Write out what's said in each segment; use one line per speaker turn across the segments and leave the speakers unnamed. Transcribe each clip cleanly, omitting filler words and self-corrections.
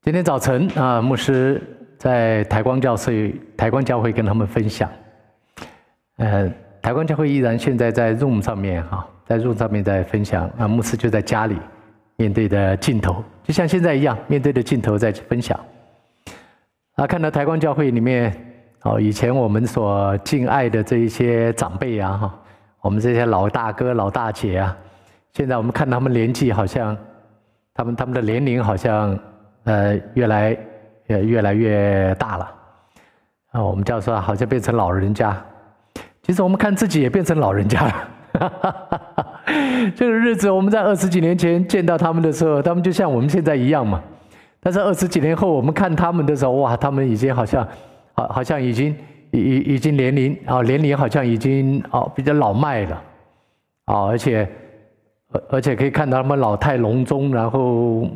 今天早晨啊，牧师在台光教会跟他们分享。台光教会依然现在在 Zoom 上面在 Zoom 上面在分享啊，牧师就在家里面对着镜头，就像现在一样面对着镜头在分享。看到台光教会里面以前我们所敬爱的这一些长辈我们这些老大哥老大姐现在我们看他们年纪好像他们的年龄好像越来越大了我们叫说好像变成老人家。其实我们看自己也变成老人家了。这个日子我们在20几年前见到他们的时候，他们就像我们现在一样嘛。但是20几年后我们看他们的时候，哇，他们已经好像已经年龄好像已经比较老迈了而且可以看到他们老态龙钟，然后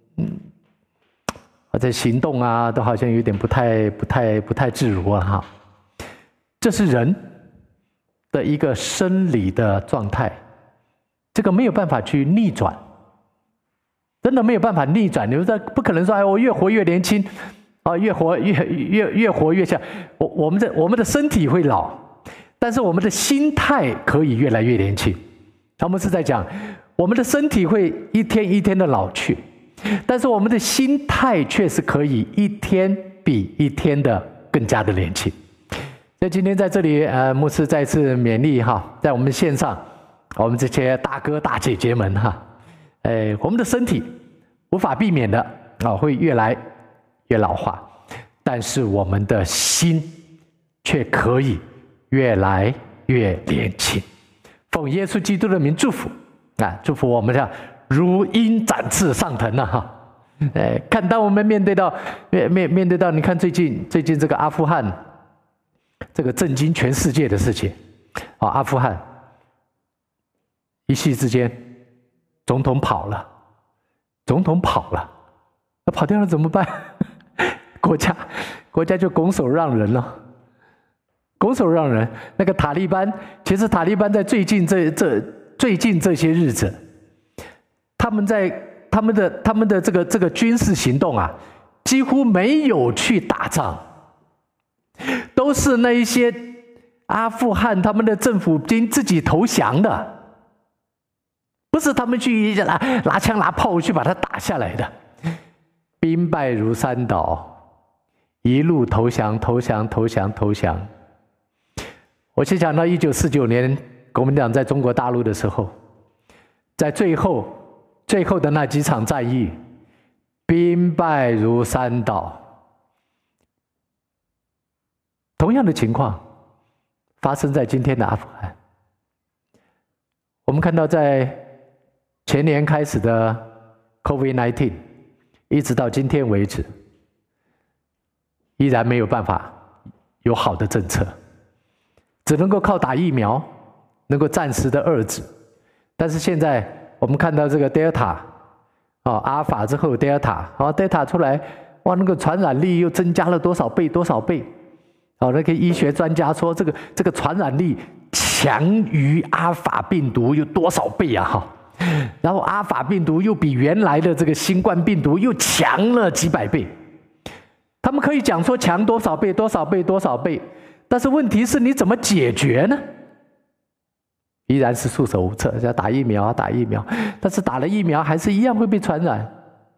在行动都好像有点不太自如了这是人的一个生理的状态，这个没有办法去逆转，真的没有办法逆转。你说不可能说我越活越年轻越活越像我们的身体会老，但是我们的心态可以越来越年轻。他们是在讲我们的身体会一天一天的老去，但是我们的心态却是可以一天比一天的更加的年轻。所以今天在这里牧师再次勉励在我们线上我们这些大哥大姐姐们我们的身体无法避免的会越来越老化，但是我们的心却可以越来越年轻。奉耶稣基督的名祝福祝福我们如鹰展翅上腾看到我们面对到你看最近这个阿富汗这个震惊全世界的事情阿富汗一夕之间总统跑了，那跑掉了怎么办？国家就拱手让人了，那个塔利班，其实塔利班在最近这些日子，他们的这个军事行动几乎没有去打仗，都是那一些阿富汗他们的政府军自己投降的，不是他们去拿枪拿炮去把它打下来的。兵败如山倒，一路投降。我先想到1949年国民党在中国大陆的时候，在最后的那几场战役，兵败如山倒。同样的情况发生在今天的阿富汗。我们看到在前年开始的 COVID-19 一直到今天为止，依然没有办法有好的政策，只能够靠打疫苗能够暂时的遏制。但是现在我们看到这个 Delta 阿尔法之后 Delta 出来，哇，那个传染力又增加了多少倍那个医学专家说这个传染力强于阿尔法病毒有多少倍然后阿尔法病毒又比原来的这个新冠病毒又强了几百倍，他们可以讲说强多少倍，但是问题是你怎么解决呢？依然是束手无策，要打疫苗，但是打了疫苗还是一样会被传染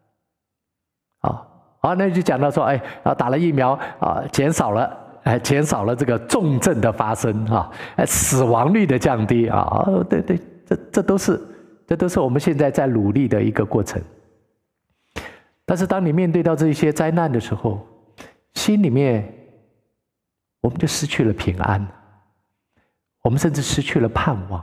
那就讲到说打了疫苗减少了这个重症的发生死亡率的降低对，这都是我们现在在努力的一个过程。但是当你面对到这些灾难的时候，心里面我们就失去了平安，我们甚至失去了盼望。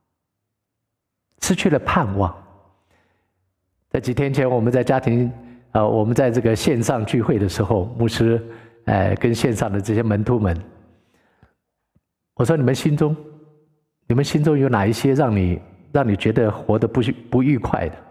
在几天前我们在家庭我们在这个线上聚会的时候，牧师跟线上的这些门徒们，我说你们心中有哪一些让你觉得活得不愉快的？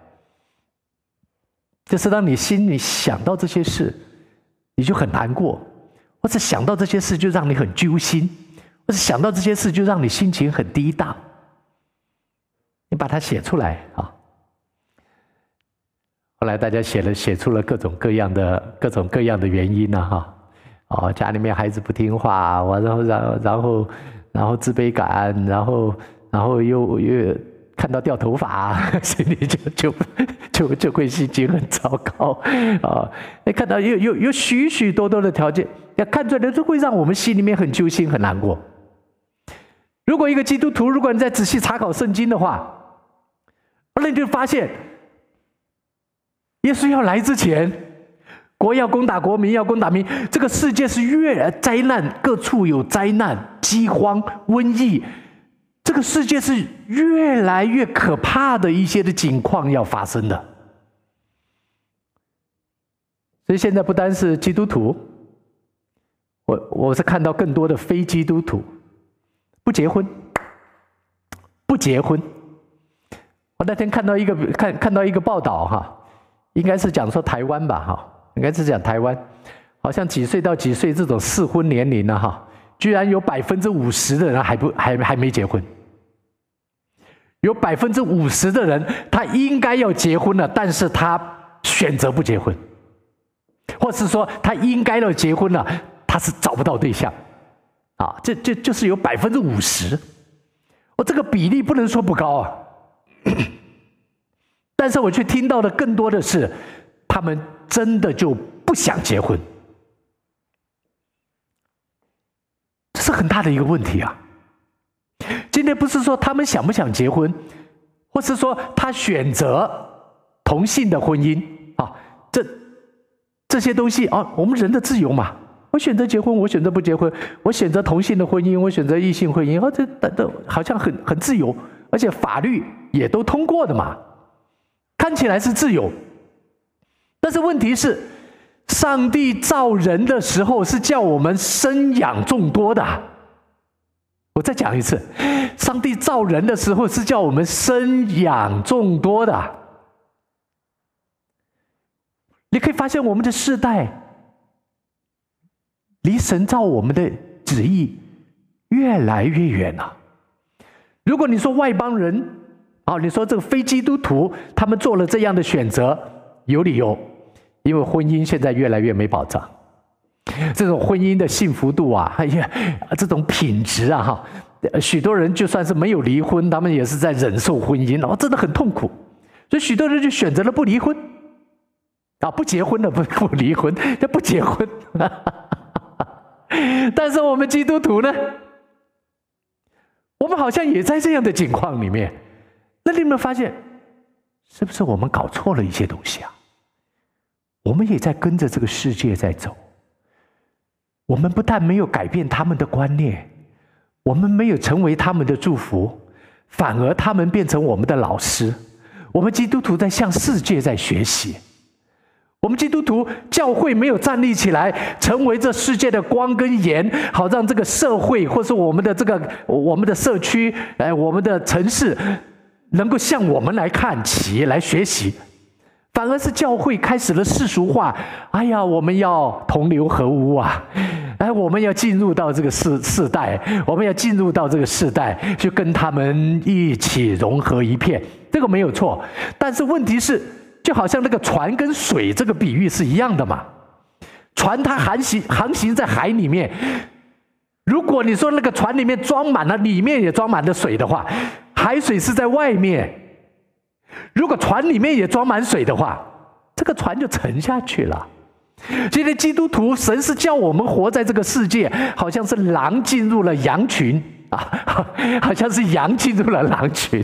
就是当你心里想到这些事，你就很难过，或者想到这些事就让你很揪心，或者想到这些事就让你心情很低档。你把它写出来后来大家写出了各种各样的原因呢，哈，家里面孩子不听话，然后自卑感，然后又看到掉头发，心里就会心情很糟糕啊！看到有许许多多的条件，要看出来，都会让我们心里面很揪心、很难过。如果一个基督徒，如果你再仔细查考圣经的话，那你就发现，耶稣要来之前，国要攻打国，民要攻打民，这个世界是灾难，各处有灾难、饥荒、瘟疫。这个世界是越来越可怕的一些的景况要发生的，所以现在不单是基督徒，我是看到更多的非基督徒不结婚。我那天看到一个报道哈，应该是讲说台湾吧哈，应该是讲台湾，好像几岁到几岁这种适婚年龄呢哈，居然有50%的人还没结婚。有50%的人，他应该要结婚了，但是他选择不结婚，或是说他应该要结婚了，他是找不到对象，啊，就是有50%，这个比例不能说不高啊，但是我却听到的更多的是，他们真的就不想结婚，这是很大的一个问题啊。今天不是说他们想不想结婚，或是说他选择同性的婚姻啊，这些东西啊，我们人的自由嘛，我选择结婚，我选择不结婚，我选择同性的婚姻，我选择异性婚姻，这都好像很自由，而且法律也都通过的嘛，看起来是自由。但是问题是，上帝造人的时候是叫我们生养众多的。我再讲一次，上帝造人的时候是叫我们生养众多的。你可以发现我们的世代离神造我们的旨意越来越远了。如果你说外邦人你说这个非基督徒他们做了这样的选择，有理由，因为婚姻现在越来越没保障。这种婚姻的幸福度这种品质许多人就算是没有离婚，他们也是在忍受婚姻，真的很痛苦。所以许多人就选择了不离婚，不结婚了，不离婚，就不结婚。但是我们基督徒呢，我们好像也在这样的境况里面。那你有没有发现，是不是我们搞错了一些东西啊？我们也在跟着这个世界在走。我们不但没有改变他们的观念，我们没有成为他们的祝福，反而他们变成我们的老师。我们基督徒在向世界在学习，我们基督徒教会没有站立起来，成为这世界的光跟盐，好让这个社会或是我们的社区，我们的城市能够向我们来看齐，来学习。反而是教会开始了世俗化，我们要同流合污啊！我们要进入到这个世代，我们要进入到这个世代，去跟他们一起融合一片，这个没有错。但是问题是，就好像那个船跟水这个比喻是一样的嘛。船它航行在海里面，如果你说那个船里面装满了，里面也装满了水的话，海水是在外面。如果船里面也装满水的话，这个船就沉下去了。今天基督徒，神是叫我们活在这个世界，好像是狼进入了羊群好像是羊进入了狼群。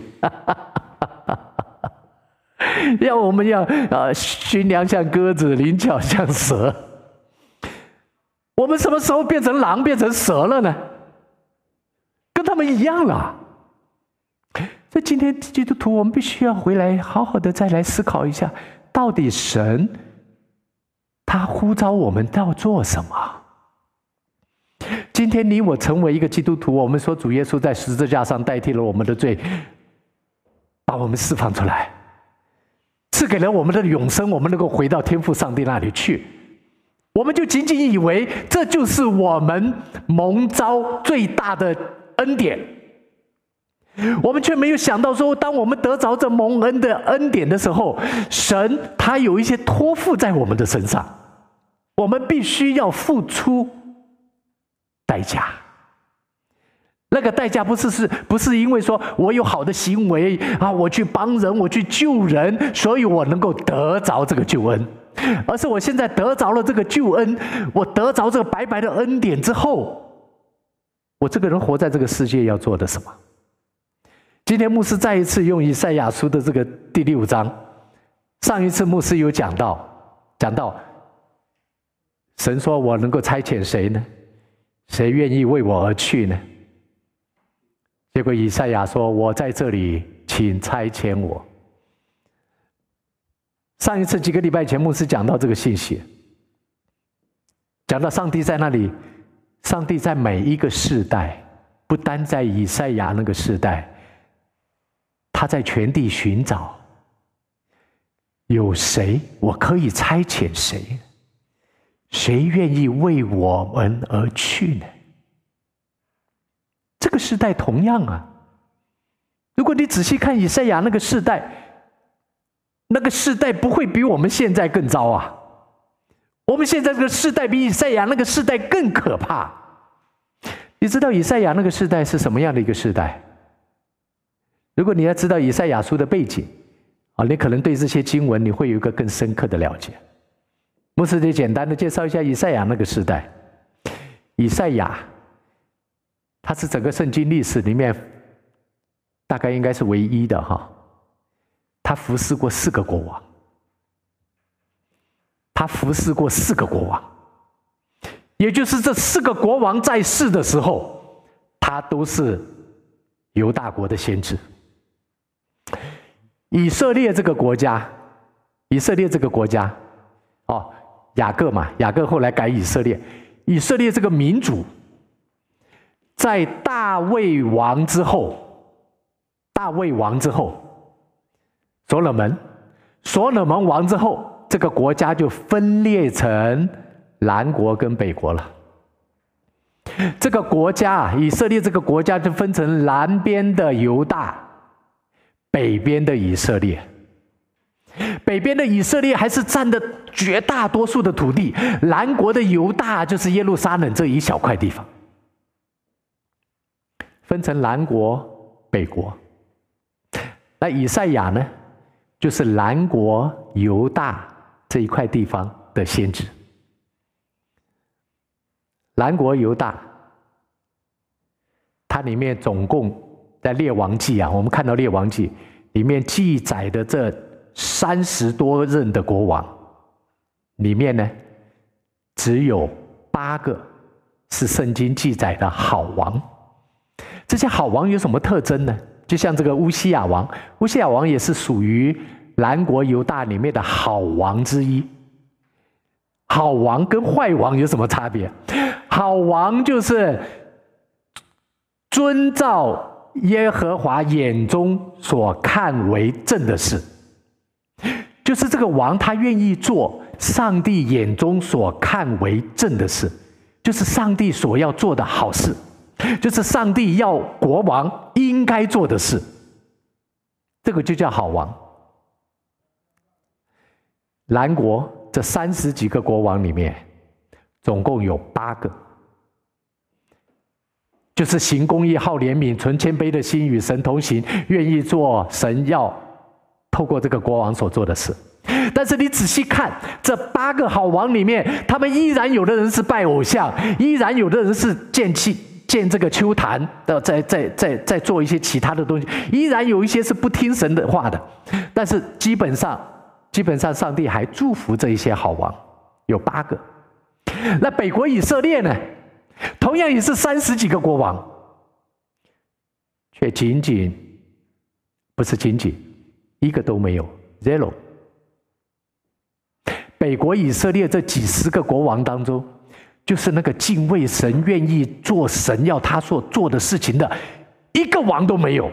我们要驯良像鸽子，灵巧像蛇。我们什么时候变成狼，变成蛇了呢？跟他们一样了。所以今天基督徒，我们必须要回来好好的再来思考一下，到底神他呼召我们要做什么？今天你我成为一个基督徒，我们说主耶稣在十字架上代替了我们的罪，把我们释放出来，赐给了我们的永生，我们能够回到天父上帝那里去。我们就仅仅以为这就是我们蒙召最大的恩典。 我们却没有想到说，当我们得着这蒙恩的恩典的时候，神他有一些托付在我们的身上，我们必须要付出代价。那个代价不是因为说我有好的行为啊，我去帮人，我去救人，所以我能够得着这个救恩，而是我现在得着了这个救恩，我得着这个白白的恩典之后，我这个人活在这个世界要做的什么？今天牧师再一次用以赛亚书的这个第6章，上一次牧师有讲到神说我能够差遣谁呢？谁愿意为我而去呢？结果以赛亚说，我在这里，请差遣我。上一次几个礼拜前牧师讲到这个信息，讲到上帝在那里，上帝在每一个世代，不单在以赛亚那个世代，他在全地寻找有谁我可以差遣谁，谁愿意为我们而去呢？这个时代同样啊，如果你仔细看以赛亚那个世代，那个世代不会比我们现在更糟啊。我们现在这个世代比以赛亚那个世代更可怕。你知道以赛亚那个世代是什么样的一个世代？如果你要知道以赛亚书的背景啊，你可能对这些经文你会有一个更深刻的了解。牧师就简单的介绍一下以赛亚那个世代。以赛亚他是整个圣经历史里面大概应该是唯一的哈，他服侍过4个国王，也就是这4个国王在世的时候，他都是犹大国的先知。以色列这个国家哦，雅各嘛，雅各后来改以色列。以色列这个民族在大卫王之后，所罗门王之后，这个国家就分裂成南国跟北国了。这个国家以色列这个国家就分成南边的犹大，北边的以色列。北边的以色列还是占的绝大多数的土地，南国的犹大就是耶路撒冷这一小块地方。分成南国、北国。那以赛亚呢，就是南国犹大这一块地方的先知。南国犹大，它里面总共在列王记啊，我们看到列王记里面记载的这30多任的国王，里面呢，只有8个是圣经记载的好王。这些好王有什么特征呢？就像这个乌西雅王也是属于南国犹大里面的好王之一。好王跟坏王有什么差别？好王就是遵照耶和华眼中所看为正的事，就是这个王他愿意做上帝眼中所看为正的事，就是上帝所要做的好事，就是上帝要国王应该做的事，这个就叫好王。南国这30几个国王里面，总共有8个，就是行公义、好怜悯、存谦卑的心，与神同行，愿意做神要透过这个国王所做的事。但是你仔细看这8个好王里面，他们依然有的人是拜偶像，依然有的人是建这个丘坛的，在做一些其他的东西，依然有一些是不听神的话的。但是基本上上帝还祝福这一些好王，有8个。那北国以色列呢，同样也是30几个国王，却不是仅仅一个都没有 ，zero。北国以色列这几十个国王当中，就是那个敬畏神、愿意做神要他所做的事情的一个王都没有。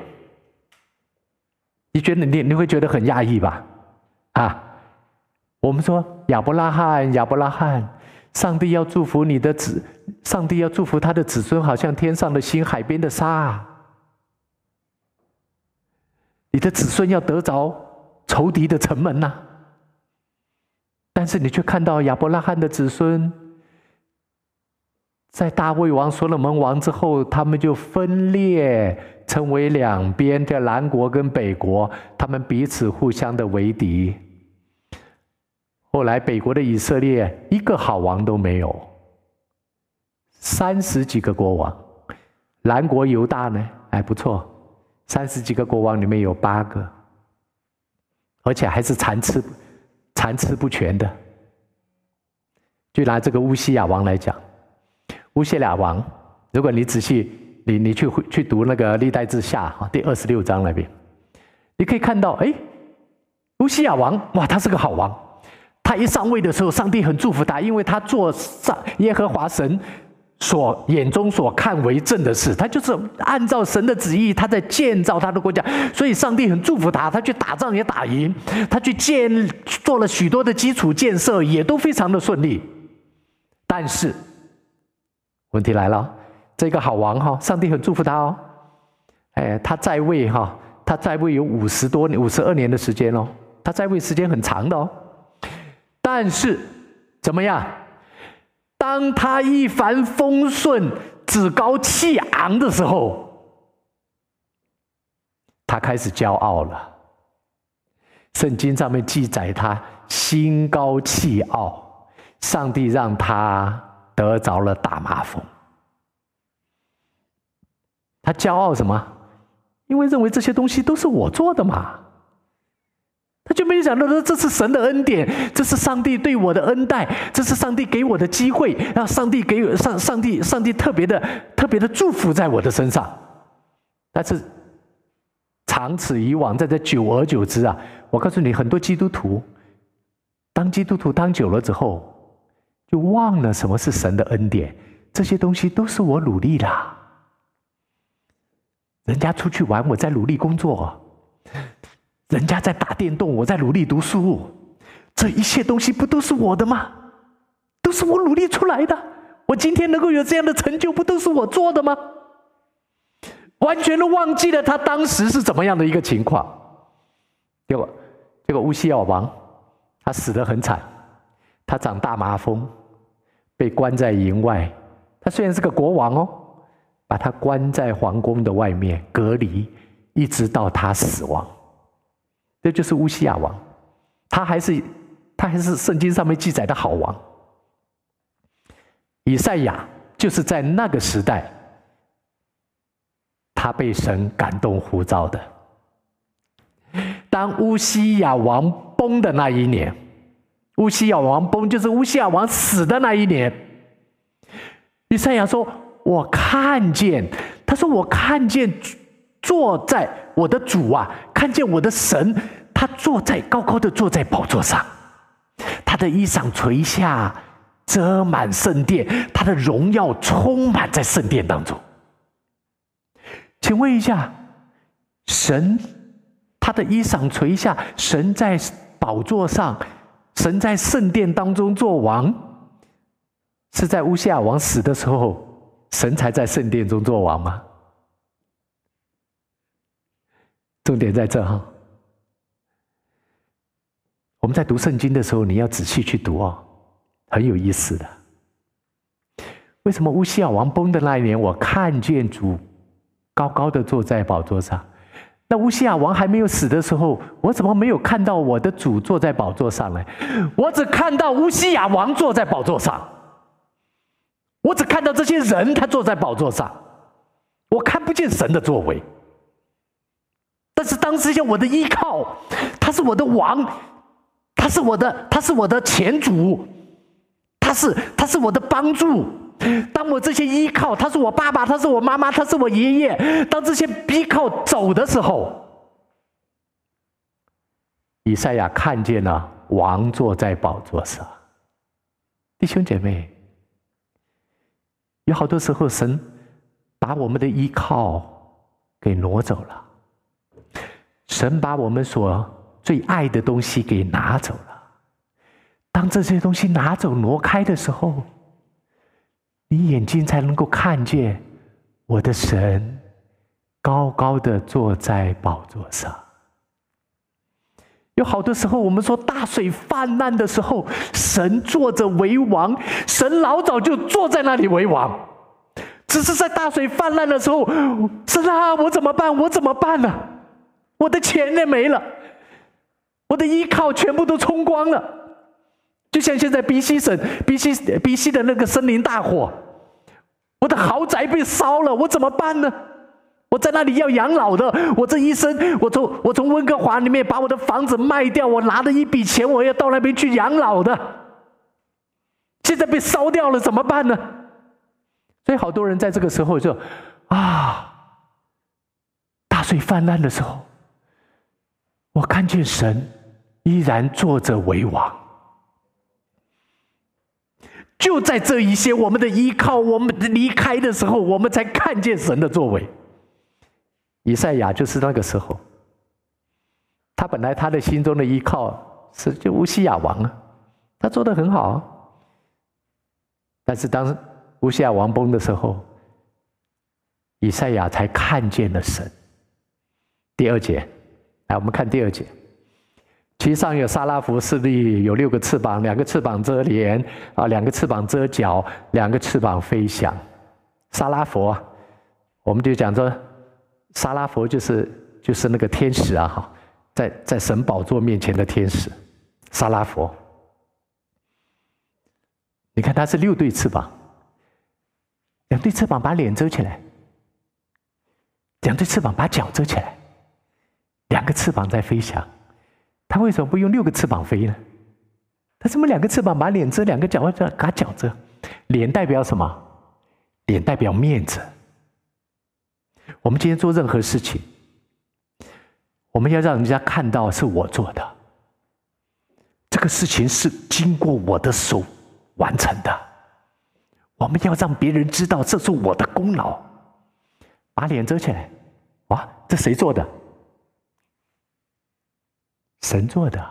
你会觉得很讶异吧？啊，我们说亚伯拉罕，上帝要祝福上帝要祝福他的子孙，好像天上的星、海边的沙。 你的子孙要得着仇敌的城门呐。但是你却看到亚伯拉罕的子孙，在大卫王、所罗门王之后，他们就分裂，成为两边的南国跟北国，他们彼此互相的为敌。后来北国的以色列一个好王都没有，30几个国王。南国犹大呢还不错，30几个国王里面有8个，而且还是参差不全的。就拿这个乌西亚王来讲，乌西亚王，如果你仔细你去读那个历代志下第26章那边，你可以看到，乌西亚王，哇，他是个好王。他一上位的时候，上帝很祝福他，因为他做耶和华神眼中所看为正的事，他就是按照神的旨意，他在建造他的国家，所以上帝很祝福他。他去打仗也打赢，他去做了许多的基础建设，也都非常的顺利。但是问题来了，这个好王上帝很祝福他哦，他在位他在位有52年的时间哦，他在位时间很长的哦。但是怎么样？当他一帆风顺、趾高气昂的时候，他开始骄傲了。圣经上面记载他心高气傲，上帝让他得着了大麻风。他骄傲什么？因为认为这些东西都是我做的嘛。他就没有想到说这是神的恩典，这是上帝对我的恩待，这是上帝给我的机会，让上帝给我上帝特别的祝福在我的身上。但是长此以往，在这久而久之啊，我告诉你，很多基督徒当基督徒当久了之后，就忘了什么是神的恩典，这些东西都是我努力的。人家出去玩，我在努力工作。人家在打电动，我在努力读书，这一切东西不都是我的吗？都是我努力出来的。我今天能够有这样的成就，不都是我做的吗？完全都忘记了他当时是怎么样的一个情况。结果乌西亚王他死得很惨，他长大麻风，被关在营外。他虽然是个国王哦，把他关在皇宫的外面隔离，一直到他死亡。这就是乌西亚王，他还是圣经上面记载的好王。以赛亚就是在那个时代，他被神感动呼召的。当乌西亚王崩的那一年，乌西亚王崩就是乌西亚王死的那一年，以赛亚说：“我看见，他说我看见。”坐在我的主啊，看见我的神，他高高的坐在宝座上，他的衣裳垂下，遮满圣殿，他的荣耀充满在圣殿当中。请问一下，神他的衣裳垂下，神在宝座上，神在圣殿当中做王，是在乌西亚王死的时候，神才在圣殿中做王吗？重点在这我们在读圣经的时候，你要仔细去读很有意思的。为什么乌西亚王崩的那一年，我看见主高高的坐在宝座上？那乌西亚王还没有死的时候，我怎么没有看到我的主坐在宝座上呢？我只看到乌西亚王坐在宝座上，我只看到这些人他坐在宝座上，我看不见神的作为。但是当时我的依靠，他是我的王，他是我的前主，他是我的帮助。当我这些依靠，他是我爸爸，他是我妈妈，他是我爷爷，当这些依靠走的时候，以赛亚看见了王坐在宝座上。弟兄姐妹，有好多时候神把我们的依靠给挪走了，神把我们所最爱的东西给拿走了。当这些东西拿走挪开的时候，你眼睛才能够看见我的神高高的坐在宝座上。 有好多时候，我们说大水泛滥的时候，神坐着为王，神老早就坐在那里为王，只是在大水泛滥的时候，神啊，我怎么办？我怎么办呢？我的钱也没了，我的依靠全部都冲光了。就像现在鼻溪的那个森林大火，我的豪宅被烧了，我怎么办呢？我在那里要养老的，我这一生，我从温哥华里面把我的房子卖掉，我拿了一笔钱，我要到那边去养老的。现在被烧掉了，怎么办呢？所以好多人在这个时候就大水泛滥的时候，我看见神依然坐着为王。就在这一些我们的依靠，我们离开的时候，我们才看见神的作为。以赛亚就是那个时候，他本来他的心中的依靠是就乌西雅王啊，他做得很好啊。但是当乌西雅王崩的时候，以赛亚才看见了神。第2节，来我们看第2节，其上有撒拉弗势力，有6个翅膀，2个翅膀遮脸，2个翅膀遮脚，2个翅膀飞翔。撒拉弗，我们就讲说。撒拉弗就是那个天使啊，在神宝座面前的天使，撒拉弗。你看他是6对翅膀，2对翅膀把脸遮起来，2对翅膀把脚遮起来，2个翅膀在飞翔。他为什么不用6个翅膀飞呢？他怎么2个翅膀把脸遮，2个脚把脚遮？脸代表什么？脸代表面子。我们今天做任何事情，我们要让人家看到是我做的，这个事情是经过我的手完成的，我们要让别人知道这是我的功劳。把脸遮起来，哇，这谁做的？神做的。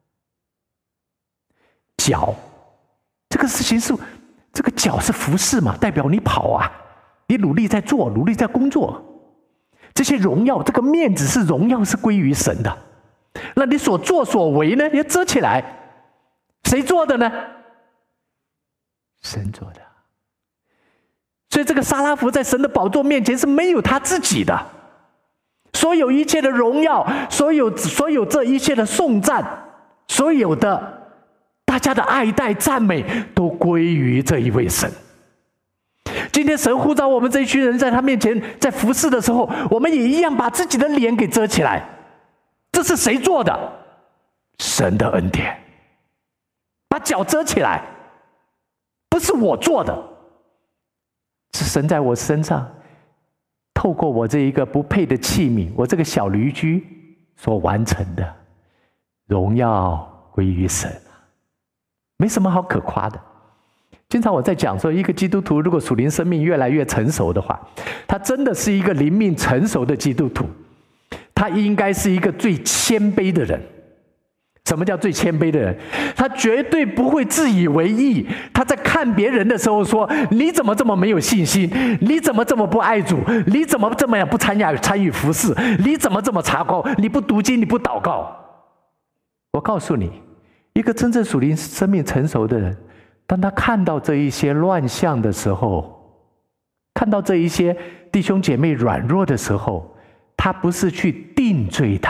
脚，这个事情是这个脚是服侍嘛，代表你跑啊，你努力在做，努力在工作。这些荣耀，这个面子是荣耀，是归于神的。那你所作所为呢，要遮起来，谁做的呢？神做的。所以这个撒拉弗在神的宝座面前是没有他自己的，所有一切的荣耀，所有这一切的颂赞，所有的大家的爱戴赞美，都归于这一位神。今天神呼召我们这一群人在他面前在服侍的时候，我们也一样把自己的脸给遮起来。这是谁做的？神的恩典。把脚遮起来，不是我做的，是神在我身上透过我这一个不配的器皿，我这个小驴驹所完成的。荣耀归于神，没什么好可夸的。经常我在讲说，一个基督徒如果属灵生命越来越成熟的话，他真的是一个灵命成熟的基督徒，他应该是一个最谦卑的人。什么叫最谦卑的人？他绝对不会自以为意。他在看别人的时候说：“你怎么这么没有信心？你怎么这么不爱主？你怎么这么样不参与服事？你怎么这么糟糕？你不读经，你不祷告？”我告诉你，一个真正属灵生命成熟的人，当他看到这一些乱象的时候，看到这一些弟兄姐妹软弱的时候，他不是去定罪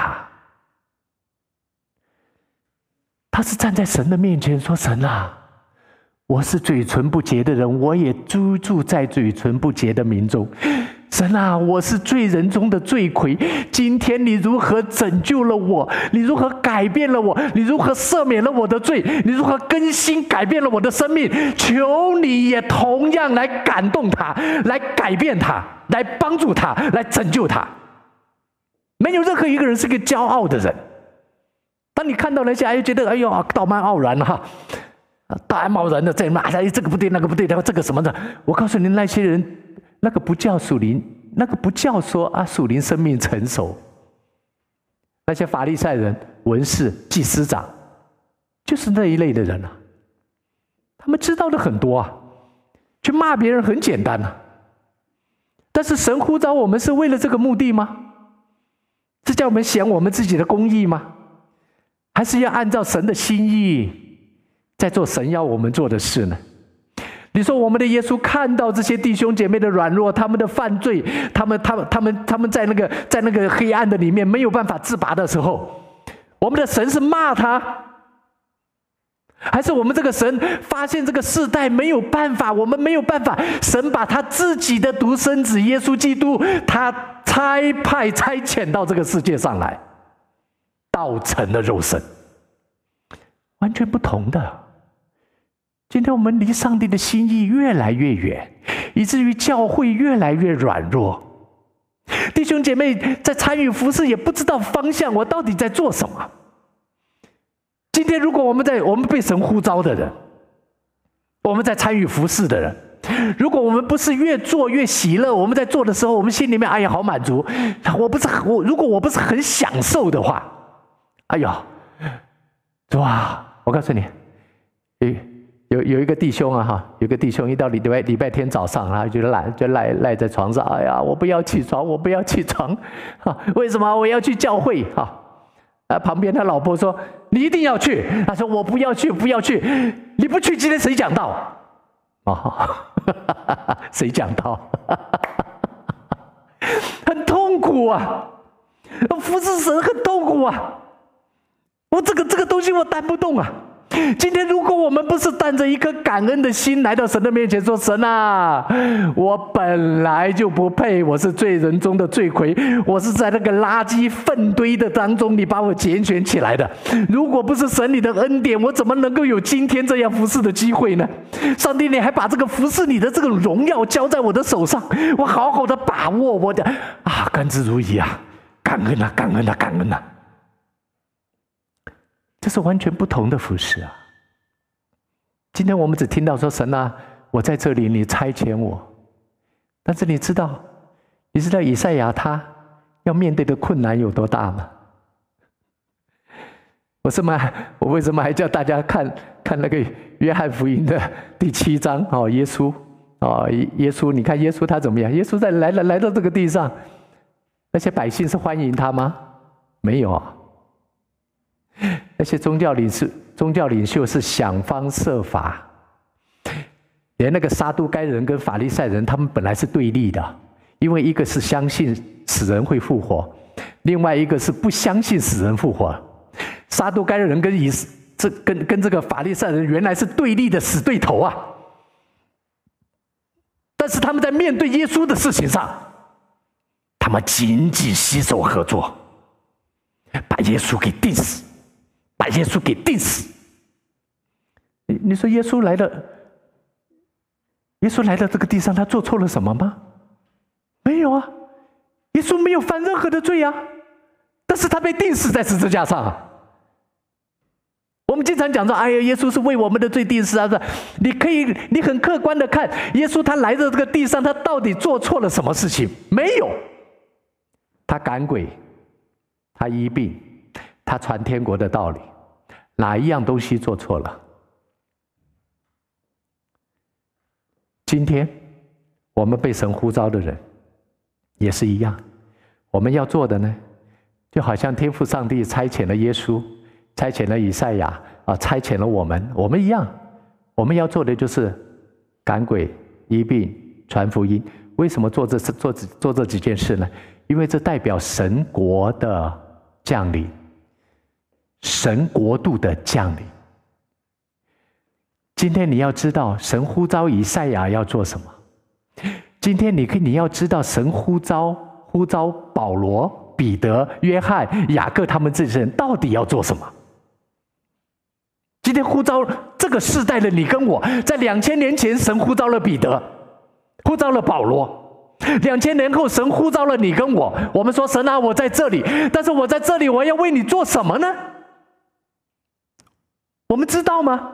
他是站在神的面前说：“神啊，我是嘴唇不洁的人，我也居住在嘴唇不洁的民中。神啊，我是罪人中的罪魁。今天你如何拯救了我？你如何改变了我？你如何赦免了我的罪？你如何更新改变了我的生命？求你也同样来感动他，来改变他，来帮助他，来拯救他。没有任何一个人是个骄傲的人。当你看到那些觉得哎呦道貌岸然哈，大爱贸然的在骂这个不对那个不对，然后这个什么的，我告诉你，那些人那个不叫属灵，那个不叫说属灵生命成熟。那些法利赛人、文士、祭司长，就是那一类的人啊。他们知道的很多啊，去骂别人很简单啊。但是神呼召我们是为了这个目的吗？是叫我们显我们自己的公义吗？ 还是要按照神的心意在做神要我们做的事呢？你说我们的耶稣看到这些弟兄姐妹的软弱，他们的犯罪，他们在那个黑暗的里面没有办法自拔的时候，我们的神是骂他，还是我们这个神发现这个世代没有办法，我们没有办法，神把他自己的独生子耶稣基督，他差遣到这个世界上来，道成了肉身，完全不同的。今天我们离上帝的心意越来越远，以至于教会越来越软弱。弟兄姐妹在参与服事也不知道方向，我到底在做什么？今天如果我们被神呼召的人，我们在参与服事的人，如果我们不是越做越喜乐，我们在做的时候我们心里面哎呀好满足，如果我不是很享受的话，哎呀，主啊，我告诉你，有一个弟兄啊，有一个弟兄一到礼拜天早上啊，就赖在床上，哎呀，我不要起床，为什么我要去教会啊？旁边他老婆说：“你一定要去。”他说：“我不要去，你不去，今天谁讲道？”谁讲道？很痛苦啊！服侍神很痛苦啊！我这个东西我担不动啊！今天如果我们不是带着一颗感恩的心来到神的面前说：“神啊，我本来就不配，我是罪人中的罪魁，我是在那个垃圾粪堆的当中你把我拣选起来的，如果不是神你的恩典，我怎么能够有今天这样服侍的机会呢？上帝，你还把这个服侍你的这个荣耀交在我的手上，我好好的把握我的甘之如饴啊！感恩啊，感恩啊，感恩啊！”这是完全不同的服事啊！今天我们只听到说：“神啊，我在这里，你差遣我。”但是你知道以赛亚他要面对的困难有多大吗？我为什么还叫大家看那个约翰福音的第7章耶稣，你看耶稣他怎么样？耶稣来到这个地上，那些百姓是欢迎他吗？没有啊。那些宗教领袖是想方设法，连那个撒都该人跟法利赛人，他们本来是对立的，因为一个是相信死人会复活，另外一个是不相信死人复活。撒都该人跟这个法利赛人原来是对立的死对头啊，但是他们在面对耶稣的事情上，他们紧紧携手合作，把耶稣给钉死。你说耶稣来了这个地上，他做错了什么吗？没有啊，耶稣没有犯任何的罪啊，但是他被钉死在十字架上啊。我们经常讲说：“哎呀，耶稣是为我们的罪钉死啊！”你很客观的看，耶稣他来到这个地上，他到底做错了什么事情？没有，他赶鬼，他医病，他传天国的道理。哪一样东西做错了？今天我们被神呼召的人也是一样，我们要做的呢，就好像天父上帝差遣了耶稣，差遣了以赛亚差遣了我们一样，我们要做的就是赶鬼、医病、传福音。为什么做这几件事呢？因为这代表神国的降临。神国度的降临。今天你要知道，神呼召以赛亚要做什么。今天你要知道，神呼召保罗、彼得、约翰、雅各他们这些人到底要做什么。今天呼召这个世代的你跟我，在2000年前神呼召了彼得，呼召了保罗，2000年后神呼召了你跟我。我们说：“神啊，我在这里，但是我在这里，我要为你做什么呢？”我们知道吗？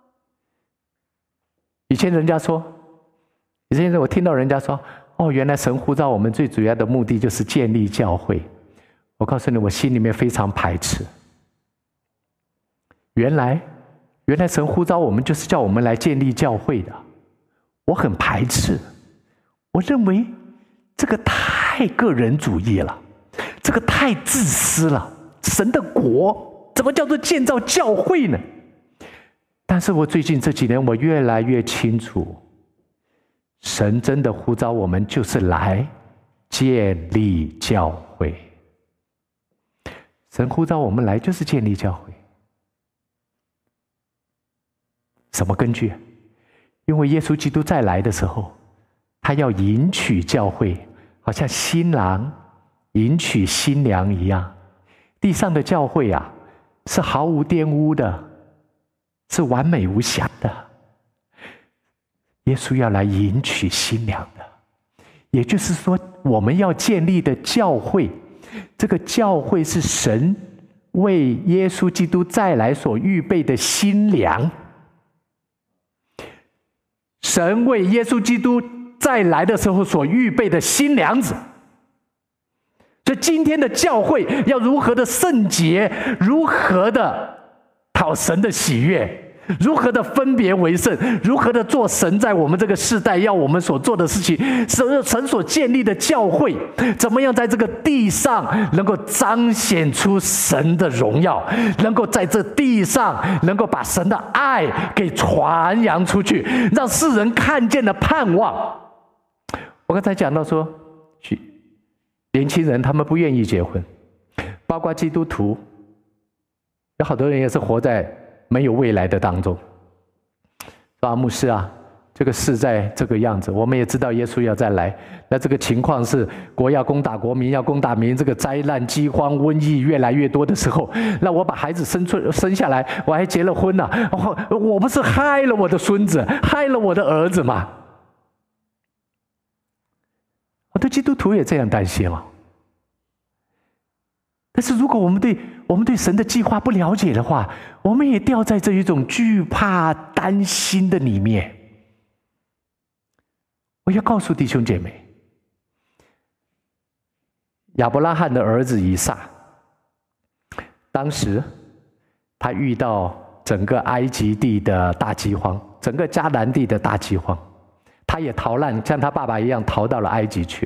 以前我听到人家说：“原来神呼召我们最主要的目的就是建立教会。”我告诉你，我心里面非常排斥。原来神呼召我们就是叫我们来建立教会的，我很排斥。我认为这个太个人主义了，这个太自私了。神的国怎么叫做建造教会呢？但是我最近这几年，我越来越清楚，神真的呼召我们，就是来建立教会。神呼召我们来，就是建立教会。什么根据？因为耶稣基督再来的时候，他要迎娶教会，好像新郎迎娶新娘一样。地上的教会啊，是毫无玷污的，是完美无瑕的。耶稣要来迎娶新娘的，也就是说，我们要建立的教会，这个教会是神为耶稣基督再来所预备的新娘。神为耶稣基督再来的时候所预备的新娘子。所以今天的教会要如何的圣洁，如何的讨神的喜悦，如何的分别为圣，如何的做神在我们这个世代要我们所做的事情，神所建立的教会，怎么样在这个地上能够彰显出神的荣耀，能够在这地上能够把神的爱给传扬出去，让世人看见了盼望。我刚才讲到说，年轻人他们不愿意结婚，包括基督徒，有好多人也是活在没有未来的当中。说牧师啊，这个事在这个样子，我们也知道耶稣要再来，那这个情况是国要攻打国，民要攻打民，这个灾难、饥荒、瘟疫越来越多的时候，那我把孩子生下来，我还结了婚了，我不是害了我的孙子，害了我的儿子吗？很多基督徒也这样担心哦。但是如果我们对神的计划不了解的话，我们也掉在这一种惧怕、担心的里面。我要告诉弟兄姐妹，亚伯拉罕的儿子以撒，当时他遇到整个埃及地的大饥荒，整个迦南地的大饥荒，他也逃难，像他爸爸一样逃到了埃及去。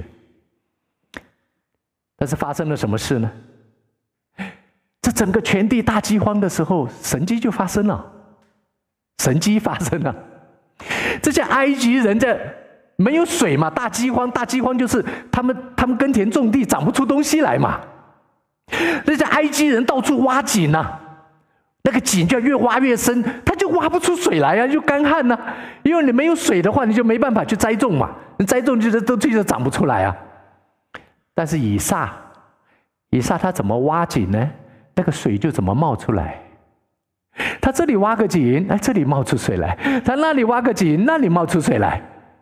但是发生了什么事呢？这整个全地大饥荒的时候，神迹就发生了，神迹发生了。这些埃及人在没有水嘛，大饥荒就是他们耕田种地长不出东西来嘛。那些埃及人到处挖井啊，那个井就要越挖越深，他就挖不出水来啊，就干旱啊。因为你没有水的话，你就没办法去栽种嘛，你栽种就长不出来啊。但是以撒他怎么挖井呢？那个水就怎么冒出来。他这里挖个井，这里冒出水来；他那里挖个井，那里冒出水来。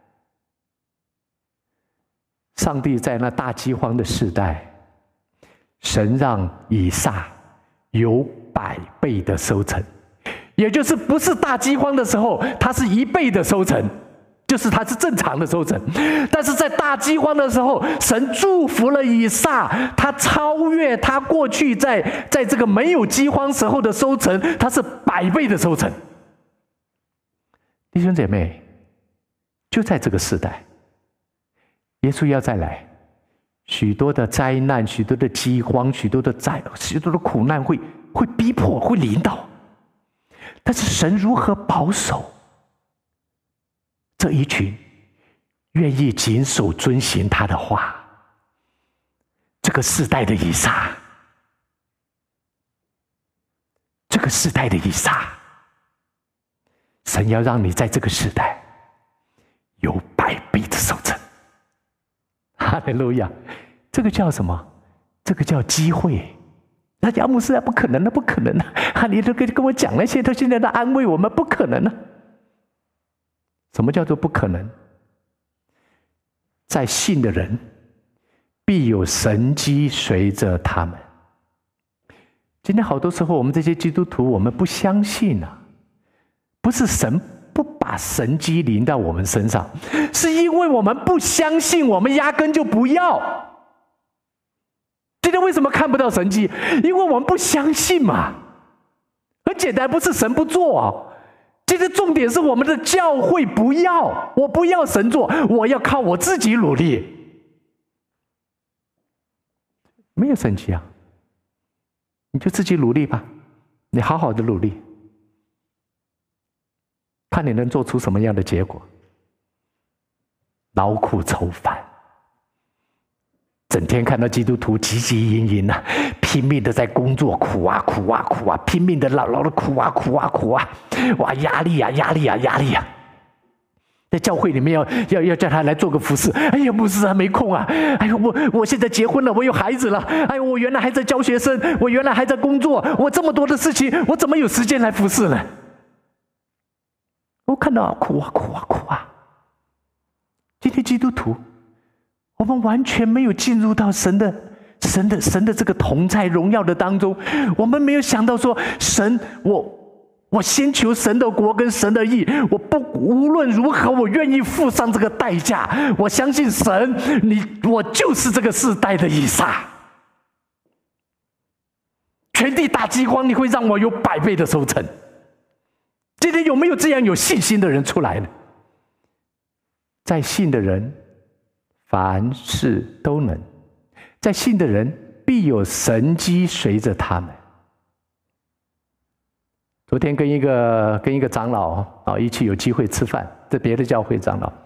上帝在那大饥荒的时代，神让以撒有100倍的收成，也就是不是大饥荒的时候，他是1倍的收成，就是他是正常的收成。但是在大饥荒的时候，神祝福了以撒，他超越他过去在这个没有饥荒时候的收成，他是100倍的收成。弟兄姐妹，就在这个时代，耶稣要再来，许多的灾难、许多的饥荒、许多的苦难会逼迫、会临到。但是神如何保守这一群愿意谨守遵行他的话，这个世代的以撒，这个世代的以撒，神要让你在这个时代有100倍的收成。哈利路亚！这个叫什么？这个叫机会。那亚牧师啊，不可能的，不可能的！你都跟我讲那些，他现在在安慰我们，不可能的。什么叫做不可能？在信的人，必有神迹随着他们。今天好多时候，我们这些基督徒，我们不相信啊，不是神不把神迹临到我们身上，是因为我们不相信，我们压根就不要。今天为什么看不到神迹？因为我们不相信嘛。很简单，不是神不做啊。今天重点是我们的教会不要，我不要神做，我要靠我自己努力。没有神迹啊，你就自己努力吧， 你好好的努力，看你能做出什么样的结果。劳苦愁烦，整天看到基督徒汲汲营营啊，拼命的在工作，苦啊苦啊苦啊，拼命的劳劳的苦啊苦啊苦啊，哇，压力啊压力啊压力啊！在教会里面要叫他来做个服侍，哎呀，牧师还没空啊！哎呦，我现在结婚了，我有孩子了，哎呦，我原来还在教学生，我原来还在工作，我这么多的事情，我怎么有时间来服侍呢？我看到苦啊苦啊苦啊！今天基督徒，我们完全没有进入到神的这个同在荣耀的当中，我们没有想到说，神，我先求神的国跟神的义，无论如何，我愿意付上这个代价。我相信神，我就是这个世代的以撒。全地大饥荒，你会让我有100倍的收成。今天有没有这样有信心的人出来呢？在信的人，凡事都能；在信的人，必有神迹随着他们。昨天跟一个长老一起有机会吃饭，在别的教会长老，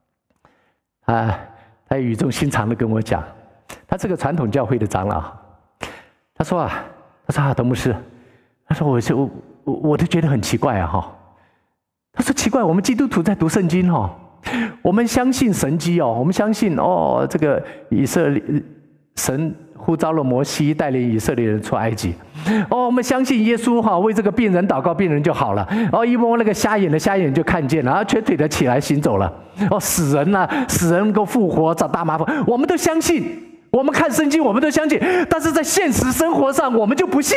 他语重心长的跟我讲，他是个传统教会的长老，他说董牧师，他说我都觉得很奇怪啊他说奇怪，我们基督徒在读圣经我们相信神迹我们相信这个神呼召了摩西带领以色列人出埃及我们相信耶稣为这个病人祷告，病人就好了一摸那个瞎眼就看见了，瘸腿的起来行走了死人能够复活，找大麻烦，我们都相信，我们看圣经我们都相信，但是在现实生活上我们就不信。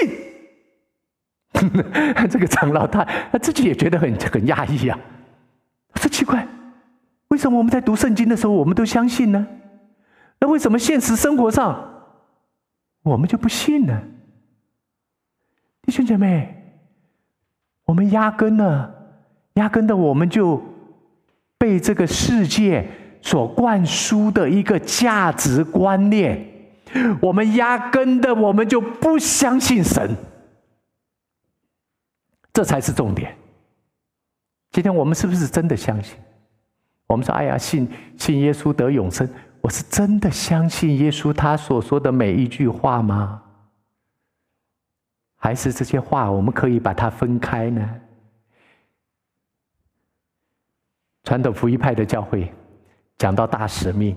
这个长老他自己也觉得很压抑啊，他说奇怪，为什么我们在读圣经的时候我们都相信呢？那为什么现实生活上我们就不信呢？弟兄姐妹，我们压根的我们就被这个世界所灌输的一个价值观念，我们压根的我们就不相信神，这才是重点。今天我们是不是真的相信？我们说哎呀，信耶稣得永生，我是真的相信耶稣他所说的每一句话吗？还是这些话我们可以把它分开呢？传统福音派的教会讲到大使命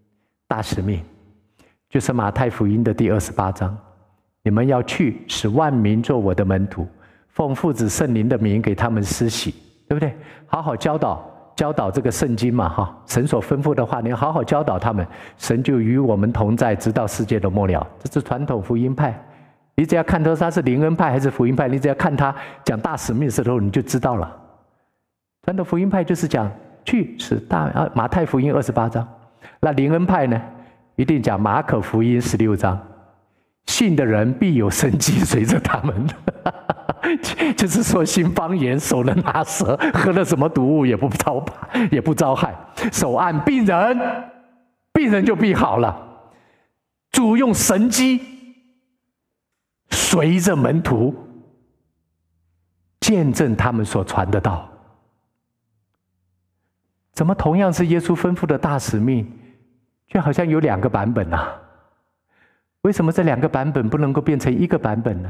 就是马太福音的第28章，你们要去，使万民做我的门徒，奉父子圣灵的名给他们施洗，对不对？好好教导这个圣经嘛神所吩咐的话，你好好教导他们，神就与我们同在，直到世界的末了。这是传统福音派，你只要看他是灵恩派还是福音派，你只要看他讲大使命的时候你就知道了。传统福音派就是讲去使马太福音28章，那灵恩派呢一定讲马可福音16章，信的人必有神迹随着他们。就是说行方言，手能拿蛇，喝了什么毒物也不遭害，手按病人就必好了。主用神迹随着门徒见证他们所传的道。怎么同样是耶稣吩咐的大使命，却好像有2个版本啊？为什么这2个版本不能够变成1个版本呢？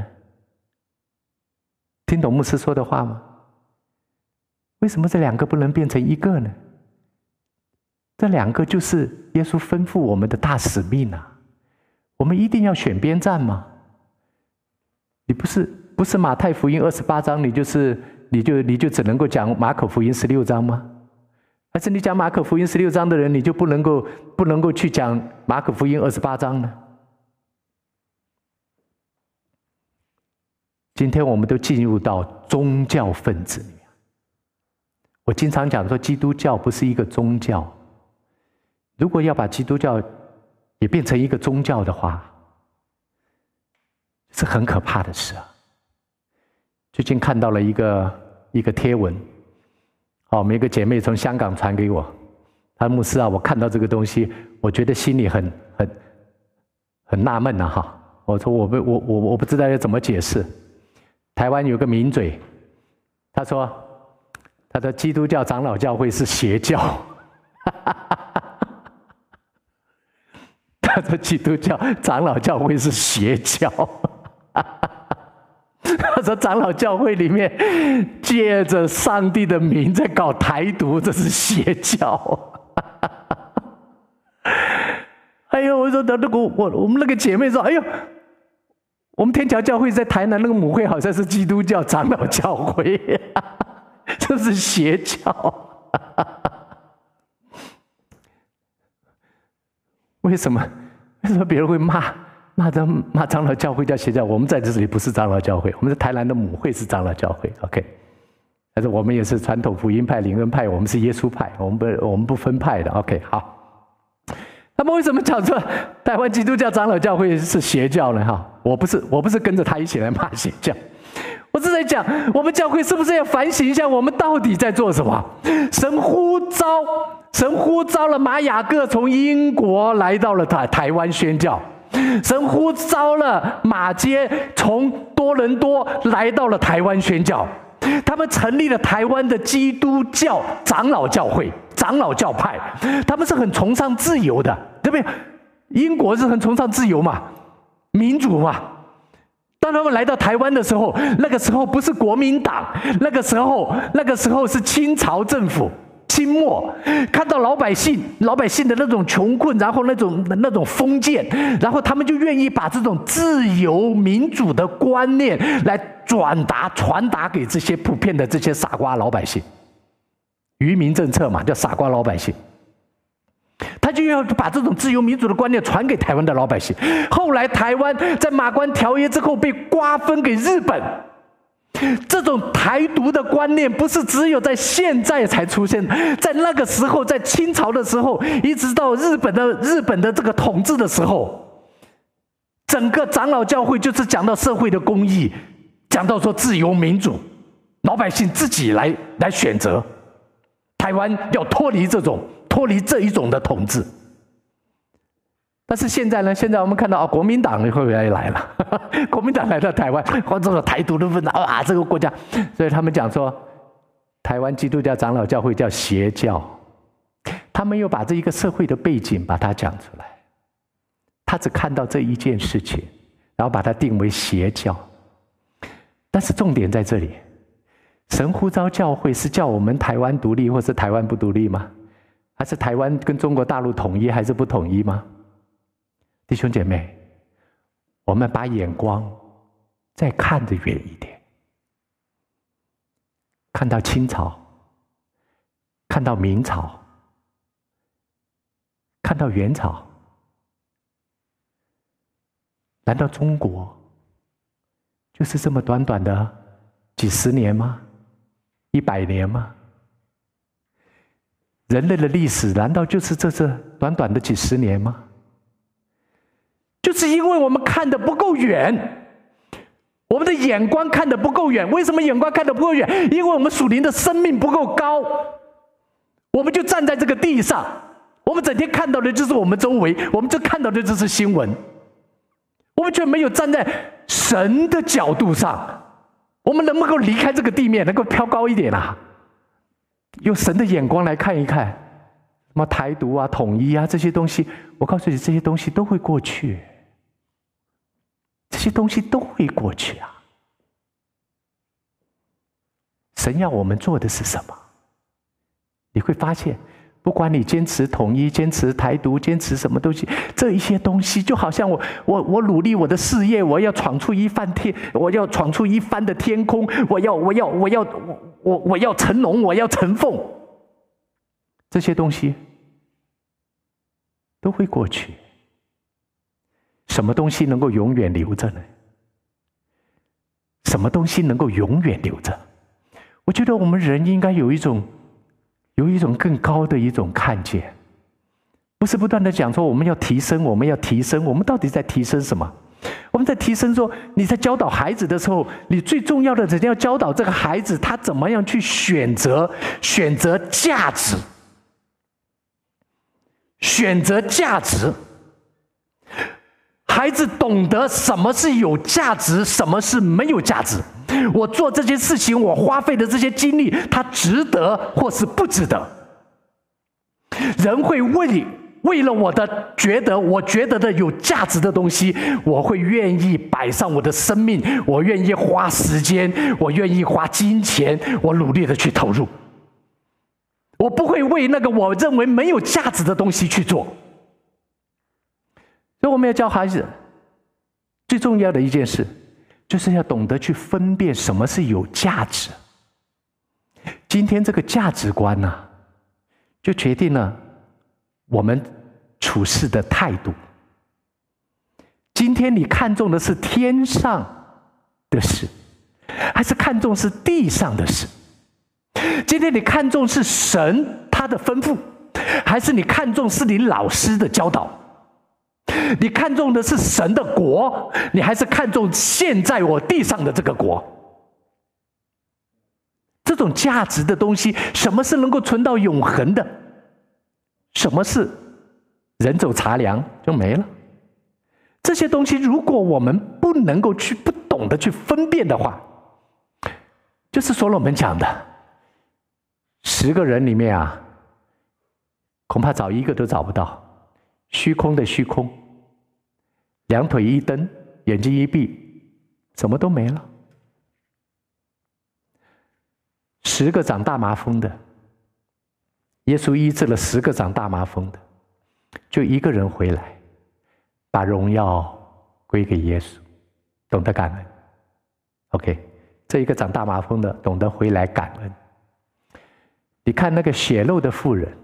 听懂牧师说的话吗？为什么这2个不能变成1个呢？这2个就是耶稣吩咐我们的大使命啊！我们一定要选边站吗？你不是马太福音28章，你就只能够讲马可福音16章吗？还是你讲马可福音16章的人，你就不能够去讲马可福音28章呢？今天我们都进入到宗教分子里面。我经常讲说，基督教不是一个宗教。如果要把基督教也变成一个宗教的话，是很可怕的事啊。最近看到了一个贴文，我们一个姐妹从香港传给我，她说牧师啊，我看到这个东西，我觉得心里很纳闷啊我说我不知道要怎么解释。 台湾有个名嘴，他说基督教长老教会是邪教。他说基督教长老教会是邪教。他说长老教会里面借着上帝的名在搞台独，这是邪教。哎呦，我说我们那个姐妹说，哎呦，我们天桥教会在台南那个母会好像是基督教长老教会，这是邪教。为什么别人会骂长老教会叫邪教？我们在这里不是长老教会，我们在台南的母会是长老教会 ，OK。但是我们也是传统福音派、灵恩派，我们是耶稣派，我们不分派的 ，OK。好，那么为什么讲说台湾基督教长老教会是邪教呢？哈，我不是跟着他一起来骂邪教，我是在讲我们教会是不是要反省一下，我们到底在做什么？神呼召了马雅各从英国来到了台湾宣教。神呼召了马偕从多伦多来到了台湾宣教，他们成立了台湾的基督教长老教会、长老教派，他们是很崇尚自由的，对不对？英国是很崇尚自由嘛，民主嘛。当他们来到台湾的时候，那个时候不是国民党，那个时候是清朝政府。清末看到老百姓的那种穷困，然后那种封建，然后他们就愿意把这种自由民主的观念来传达给这些普遍的这些傻瓜老百姓。愚民政策嘛，叫傻瓜老百姓。他就要把这种自由民主的观念传给台湾的老百姓。后来台湾在马关条约之后被瓜分给日本。这种台独的观念不是只有在现在才出现，在那个时候，在清朝的时候，一直到日本的这个统治的时候，整个长老教会就是讲到社会的公义，讲到说自由民主，老百姓自己来选择，台湾要脱离这一种的统治。但是现在呢？现在我们看到国民党会不会来了？国民党来到台湾，或者说台独的分子这个国家，所以他们讲说，台湾基督教长老教会叫邪教。他们又把这一个社会的背景把它讲出来，他只看到这一件事情，然后把它定为邪教。但是重点在这里，神呼召教会是叫我们台湾独立，或是台湾不独立吗？还是台湾跟中国大陆统一，还是不统一吗？弟兄姐妹，我们把眼光再看得远一点，看到清朝，看到明朝，看到元朝，难道中国就是这么短短的几十年吗？100年吗？人类的历史难道就是这短短的几十年吗？就是因为我们看得不够远，我们的眼光看得不够远。为什么眼光看得不够远？因为我们属灵的生命不够高，我们就站在这个地上，我们整天看到的就是我们周围，我们就看到的就是新闻，我们却没有站在神的角度上。我们能不能够离开这个地面，能够飘高一点啊？用神的眼光来看一看，什么台独啊、统一啊这些东西，我告诉你，这些东西都会过去。这些东西都会过去啊！神要我们做的是什么？你会发现，不管你坚持统一、坚持台独、坚持什么东西，这一些东西就好像我努力我的事业，我要闯出一番的天空，我要成龙，我要成凤，这些东西都会过去。什么东西能够永远留着呢？什么东西能够永远留着？我觉得我们人应该有一种更高的一种看见，不是不断的讲说我们要提升，我们要提升，我们到底在提升什么？我们在提升说，你在教导孩子的时候，你最重要的是要教导这个孩子他怎么样去选择价值，选择价值。 孩子懂得什么是有价值，什么是没有价值。我做这件事情，我花费的这些精力，它值得或是不值得。人会为了我觉得的有价值的东西，我会愿意摆上我的生命，我愿意花时间，我愿意花金钱，我努力的去投入。我不会为那个我认为没有价值的东西去做。所以我们要教孩子最重要的一件事，就是要懂得去分辨什么是有价值。今天这个价值观呢，就决定了我们处事的态度。今天你看重的是天上的事，还是看重是地上的事？今天你看重是神他的吩咐，还是你看重是你老师的教导？你看重的是神的国，你还是看重现在我地上的这个国？这种价值的东西，什么是能够存到永恒的？什么是人走茶凉就没了？这些东西如果我们不懂得去分辨的话，就是所罗门讲的10个人里面啊，恐怕找一个都找不到。虚空的虚空，两腿一蹬，眼睛一闭，什么都没了。10个长大麻风的，耶稣医治了10个长大麻风的，就一个人回来，把荣耀归给耶稣，懂得感恩。OK， 这一个长大麻风的懂得回来感恩。你看那个血漏的妇人，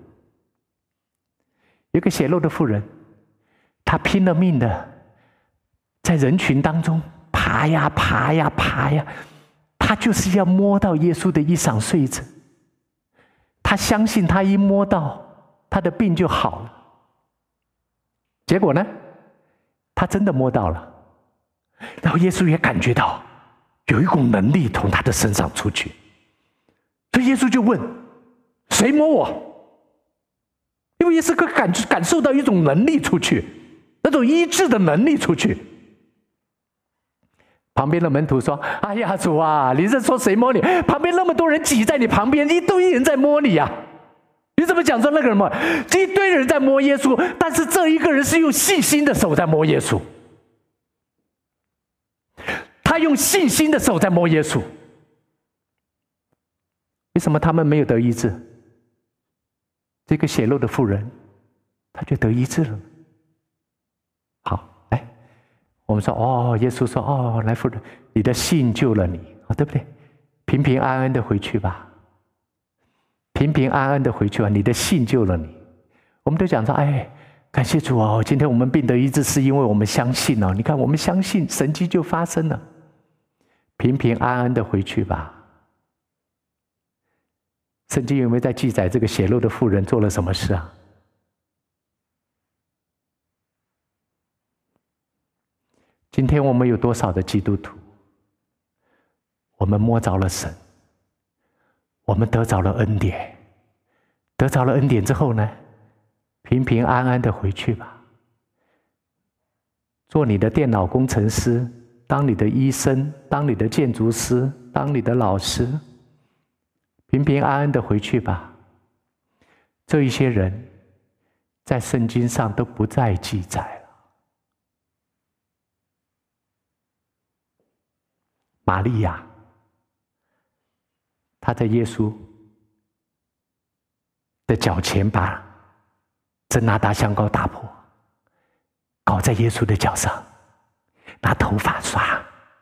有个血漏的妇人，她拼了命的在人群当中爬呀爬呀爬呀，她就是要摸到耶稣的衣裳穗子。她相信她一摸到，她的病就好了。结果呢，她真的摸到了，然后耶稣也感觉到有一股能力从她的身上出去，所以耶稣就问：谁摸我？因为耶稣可以感受到一种能力出去，那种医治的能力出去。旁边的门徒说：哎呀，主啊，你是说谁摸你？旁边那么多人挤在你旁边，一堆人在摸你啊，你怎么讲说那个人摸？一堆人在摸耶稣，但是这一个人是用信心的手在摸耶稣，他用信心的手在摸耶稣。为什么他们没有得医治？这个血漏的妇人，她就得医治了。好，来，我们说耶稣说来妇人，你的信救了你，对不对？平平安安的回去吧，平平安安的回去吧，你的信救了你。我们都讲说，感谢主哦，今天我们病得医治是因为我们相信哦。你看，我们相信神迹就发生了，平平安安的回去吧。圣经有没有在记载这个血漏的妇人做了什么事啊？今天我们有多少的基督徒，我们摸着了神，我们得着了恩典，得着了恩典之后呢，平平安安的回去吧。做你的电脑工程师，当你的医生，当你的建筑师，当你的老师，平平安安的回去吧。这一些人在圣经上都不再记载了。玛利亚，她在耶稣的脚前把真拿达香膏打破，搞在耶稣的脚上，拿头发刷。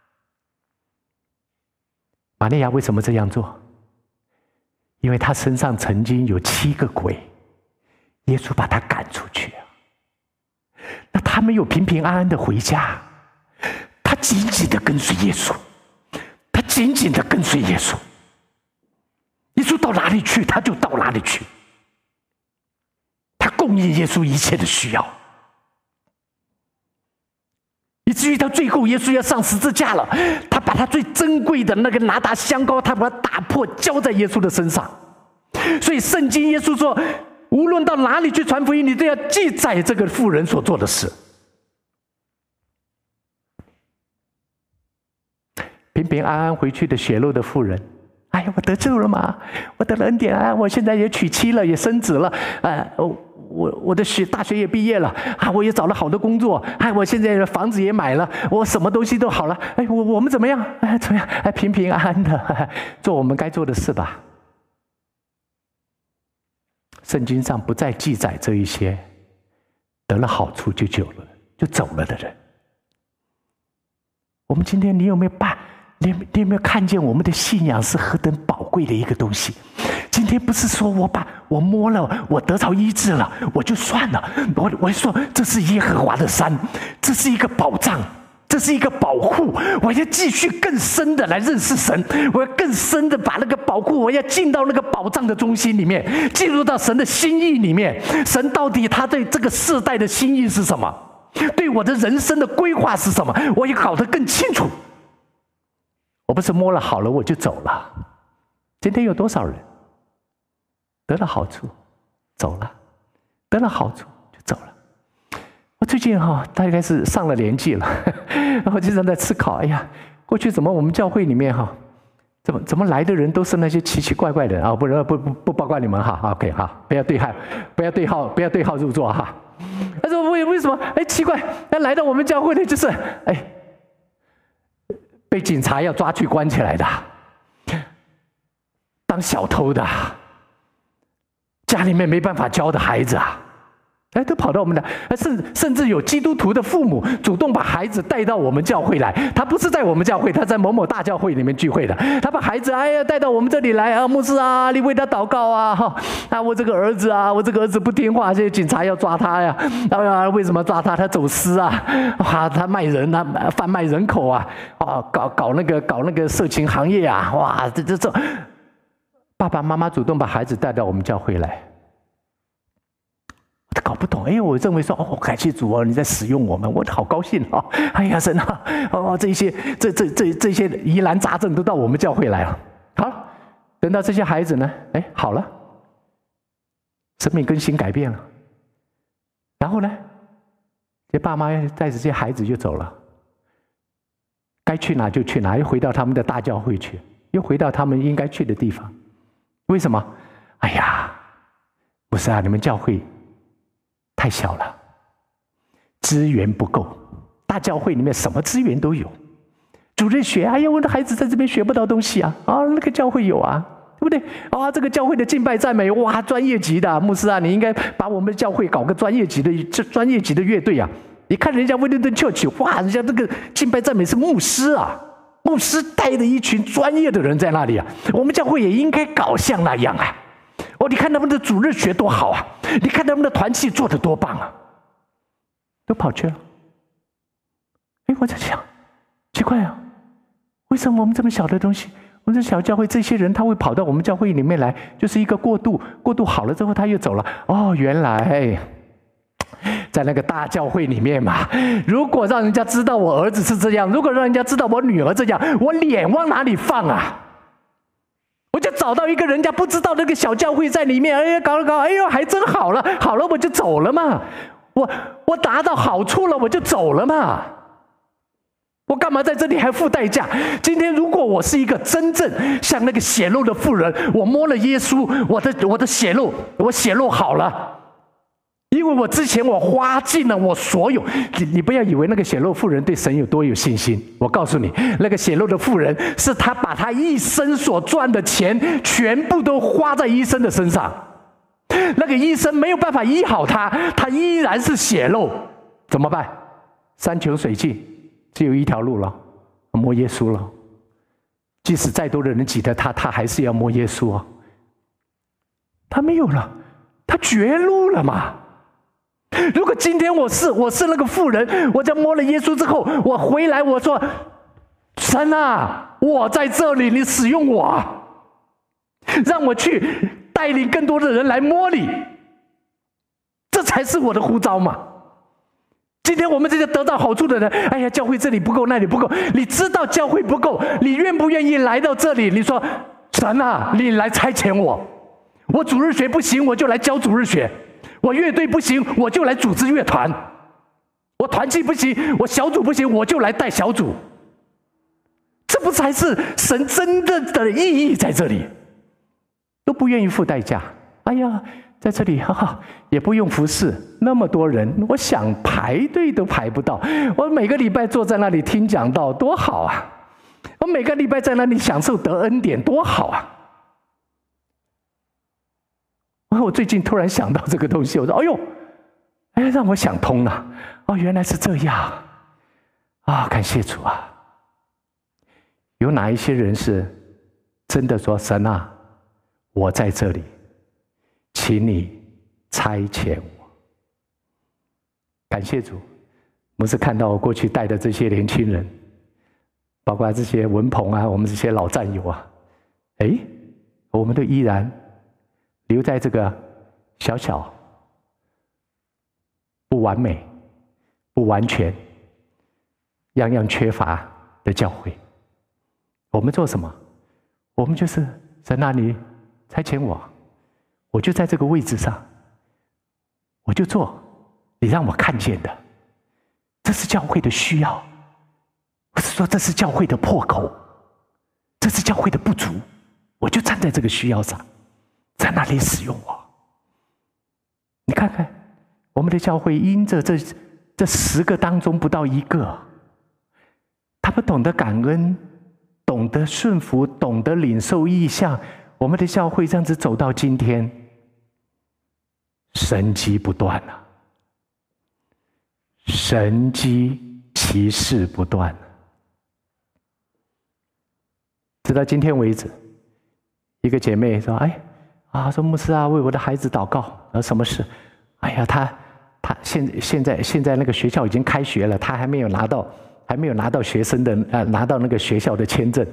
玛利亚为什么这样做？因为他身上曾经有7个鬼，耶稣把他赶出去啊。那他没有平平安安的回家，他紧紧的跟随耶稣，他紧紧的跟随耶稣。耶稣到哪里去，他就到哪里去，他供应耶稣一切的需要，以至于到最后耶稣要上十字架了，他把他最珍贵的那个拿达香膏，他把它打破，浇在耶稣的身上。所以圣经耶稣说，无论到哪里去传福音，你都要记载这个妇人所做的事。 平安安回去的血肉的妇人。哎呀，我得救了嘛！我得了恩典啊！我现在也娶妻了，也生子了，我的大学也毕业了啊！我也找了好的工作，哎，我现在房子也买了，我什么东西都好了。哎，我们怎么样？哎，怎么样？哎，平平安安的做我们该做的事吧。圣经上不再记载这一些得了好处就走了的人。我们今天你有没有看见我们的信仰是何等宝贵的一个东西？今天不是说我摸了，我得着医治了，我就算了。我说这是耶和华的山，这是一个保障，这是一个保护。我要继续更深的来认识神，我要更深的把那个保护，我要进到那个保障的中心里面，进入到神的心意里面。神到底他对这个世代的心意是什么？对我的人生的规划是什么？我也搞得更清楚。我不是摸了好了我就走了。今天有多少人得了好处走了，得了好处就走了。我最近大概是上了年纪了，然后经常在思考，哎呀，过去怎么我们教会里面怎么来的人都是那些奇奇怪怪的啊？不包括你们哈 ，OK 哈，不要对号入座哈。他说为什么？哎，奇怪，来到我们教会的就是被警察要抓去关起来的，当小偷的，家里面没办法教的孩子啊，都跑到我们的，甚至有基督徒的父母主动把孩子带到我们教会来。他不是在我们教会，他在某某大教会里面聚会的。他把孩子带到我们这里来啊，牧师啊，你为他祷告啊！我这个儿子不听话，这些警察要抓他呀！为什么抓他？他走私啊！他卖人啊，贩卖人口啊！搞那个色情行业啊！哇，这爸爸妈妈主动把孩子带到我们教会来。搞不懂，我认为说，感谢主你在使用我们，我好高兴啊！哎呀，神啊，这些疑难杂症都到我们教会来了。好，等到这些孩子呢，好了，生命更新改变了，然后呢，这爸妈带着这些孩子就走了，该去哪就去哪，又回到他们的大教会去，又回到他们应该去的地方。为什么？哎呀，不是啊，你们教会太小了，资源不够。大教会里面什么资源都有，主日学，我的孩子在这边学不到东西啊！那个教会有啊，对不对？这个教会的敬拜赞美，哇，专业级的牧师啊，你应该把我们的教会搞个专业级的乐队啊！你看人家威灵顿Church，哇，人家这个敬拜赞美是牧师啊，牧师带着一群专业的人在那里啊，我们教会也应该搞像那样啊！你看他们的主日学多好啊！你看他们的团契做得多棒啊！都跑去了。我在想，奇怪啊，为什么我们这么小的东西，我们这小教会这些人他会跑到我们教会里面来，就是一个过渡好了之后他又走了。原来在那个大教会里面嘛，如果让人家知道我儿子是这样，如果让人家知道我女儿这样，我脸往哪里放啊？我就找到一个人家不知道那个小教会在里面，搞，还真好了我就走了嘛，我达到好处了我就走了嘛，我干嘛在这里还付代价？今天如果我是一个真正像那个血肉的妇人，我摸了耶稣，我的血肉，我血肉好了。因为我之前我花尽了我所有，你不要以为那个血肉妇人对神有多有信心。我告诉你，那个血肉的妇人是他把他一生所赚的钱全部都花在医生的身上，那个医生没有办法医好他，他依然是血肉，怎么办？山穷水尽，只有一条路了，摸耶稣了。即使再多的人挤着他还是要摸耶稣啊。他没有了，他绝路了嘛。如果今天我是那个妇人，我在摸了耶稣之后，我回来我说，神啊，我在这里，你使用我，让我去带领更多的人来摸你，这才是我的呼召嘛。今天我们这些得到好处的人，教会这里不够那里不够，你知道教会不够，你愿不愿意来到这里？你说，神啊，你来差遣我主日学不行，我就来教主日学。我乐队不行，我就来组织乐团；我团契不行，我小组不行，我就来带小组。这不才是神真正的意义在这里？都不愿意付代价。哎呀，在这里也不用服侍，那么多人，我想排队都排不到。我每个礼拜坐在那里听讲道，多好啊！我每个礼拜在那里享受得恩典，多好啊！我最近突然想到这个东西，我说：“哎呦，让我想通了。哦，原来是这样啊！感谢主啊！有哪一些人是真的说神啊，我在这里，请你差遣我。”感谢主，牧师看到我过去带的这些年轻人，包括这些文鹏啊，我们这些老战友啊，我们都依然留在这个小小、不完美、不完全、样样缺乏的教会。我们做什么？我们就是神啊，你差遣我，我就在这个位置上，我就做你让我看见的。这是教会的需要，不是说这是教会的破口，这是教会的不足，我就站在这个需要上，在那里使用我。你看看我们的教会，因着这10个当中不到1个，他们懂得感恩，懂得顺服，懂得领受异象，我们的教会这样子走到今天，神迹不断了，神迹奇事不断了。直到今天为止，一个姐妹说：“说牧师啊，为我的孩子祷告。”什么事？哎呀，他现在那个学校已经开学了，他还没有拿到学生的拿到那个学校的签证。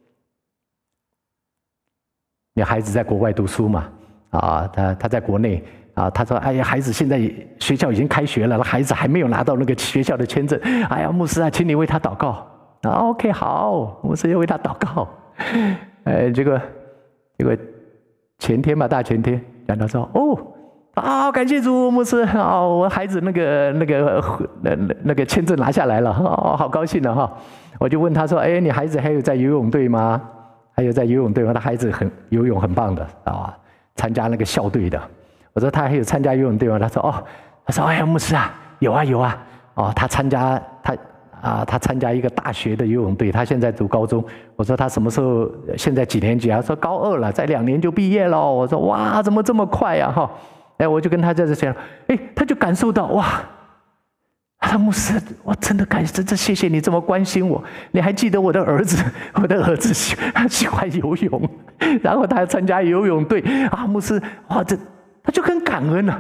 你孩子在国外读书嘛？他在国内啊，他说：“哎呀，孩子现在学校已经开学了，孩子还没有拿到那个学校的签证。哎呀，牧师啊，请你为他祷告。”OK， 好，牧师要为他祷告。结果前天吧，大前天讲到说：“感谢主，牧师我孩子那个签证拿下来了，好高兴了哈！”我就问他说：“你孩子还有在游泳队吗？还有在游泳队吗？他孩子游泳很棒的参加那个校队的。”我说：“他还有参加游泳队吗？”他说：“哎呀，牧师啊，有啊，他参加一个大学的游泳队，他现在读高中。”我说：“他什么时候？现在几年级啊？”他说：“高2了，再2年就毕业了。”我说：“哇，怎么这么快呀？”我就跟他在这讲，他就感受到哇，他说：“牧师，我真的感谢，谢谢你这么关心我。你还记得我的儿子喜欢游泳，然后他还参加游泳队啊，牧师，哇，他就很感恩了。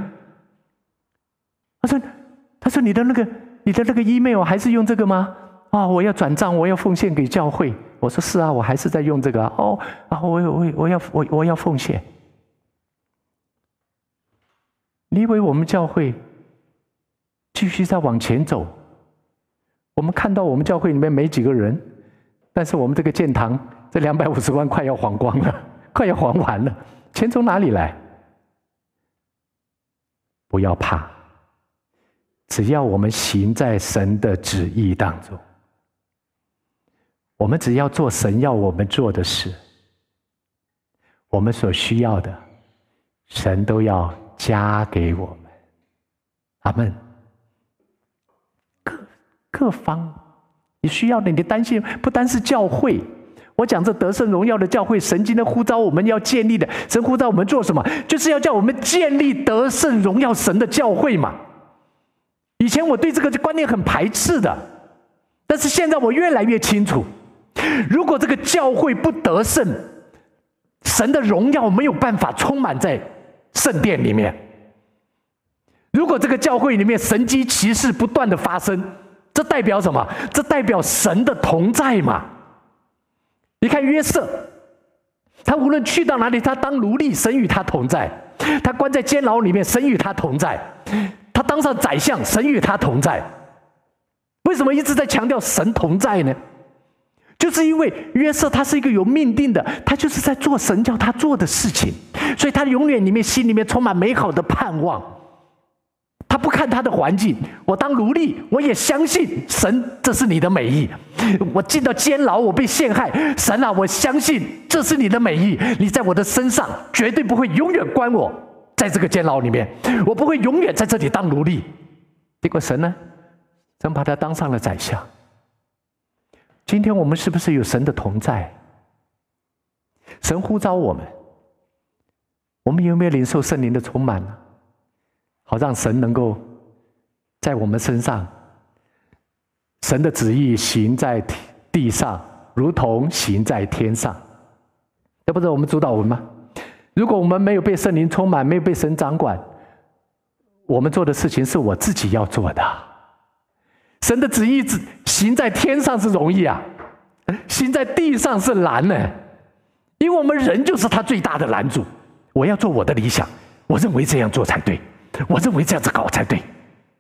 他说你的那个 email 还是用这个吗？我要转账，我要奉献给教会。”我说：“是啊，我还是在用这个我要奉献。”你以为我们教会继续在往前走？我们看到我们教会里面没几个人，但是我们这个建堂这250万快要还光了，快要还完了，钱从哪里来？不要怕，只要我们行在神的旨意当中，我们只要做神要我们做的事，我们所需要的，神都要加给我们。阿们。各方你需要的，你担心不单是教会。我讲这得胜荣耀的教会，神今天呼召我们要建立的，神呼召我们做什么？就是要叫我们建立得胜荣耀神的教会嘛。以前我对这个观念很排斥的，但是现在我越来越清楚，如果这个教会不得胜，神的荣耀没有办法充满在圣殿里面。如果这个教会里面神迹奇事不断的发生，这代表什么？这代表神的同在嘛。你看约瑟，他无论去到哪里，他当奴隶，神与他同在；他关在监牢里面，神与他同在；他当上宰相，神与他同在。为什么一直在强调神同在呢？就是因为约瑟他是一个有命定的，他就是在做神叫他做的事情，所以他永远心里面充满美好的盼望。他不看他的环境，我当奴隶，我也相信神，这是你的美意。我进到监牢，我被陷害，神啊，我相信这是你的美意，你在我的身上绝对不会永远关我在这个监牢里面，我不会永远在这里当奴隶。结果神呢，神把他当上了宰相。今天我们是不是有神的同在？神呼召我们，我们有没有领受圣灵的充满呢？好让神能够在我们身上，神的旨意行在地上，如同行在天上。这不是我们主导文吗？如果我们没有被圣灵充满，没有被神掌管，我们做的事情是我自己要做的。神的旨意行在天上是容易啊，行在地上是难呢。因为我们人就是他最大的拦阻。我要做我的理想，我认为这样做才对，我认为这样子搞才对。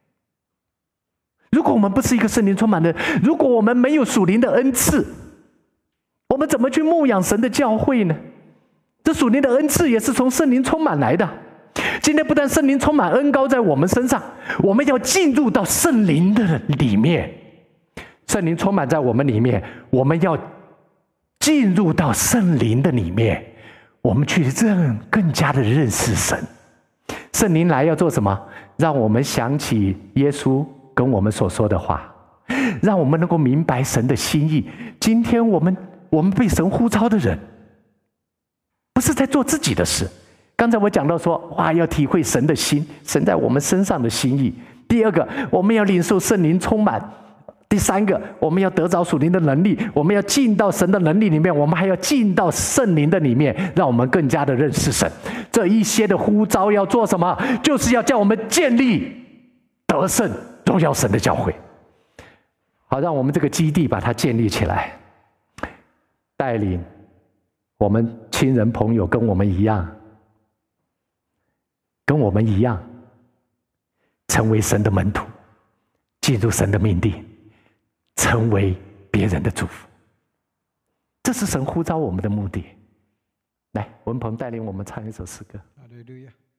如果我们不是一个圣灵充满的人，如果我们没有属灵的恩赐，我们怎么去牧养神的教会呢？这属灵的恩赐也是从圣灵充满来的。今天不但圣灵充满恩膏在我们身上，我们要进入到圣灵的里面。圣灵充满在我们里面，我们要进入到圣灵的里面，我们去更加的认识神。圣灵来要做什么？让我们想起耶稣跟我们所说的话，让我们能够明白神的心意。今天我们被神呼召的人，不是在做自己的事。刚才我讲到说，哇，要体会神的心，神在我们身上的心意。第二个，我们要领受圣灵充满。第三个，我们要得着属灵的能力，我们要进到神的能力里面，我们还要进到圣灵的里面，让我们更加的认识神。这一些的呼召要做什么？就是要叫我们建立得胜荣耀神的教会，好让我们这个基地把它建立起来，带领我们亲人朋友跟我们一样，成为神的门徒，进入神的命定，成为别人的祝福。这是神呼召我们的目的。来，文鹏带领我们唱一首诗歌。
哈利路亚。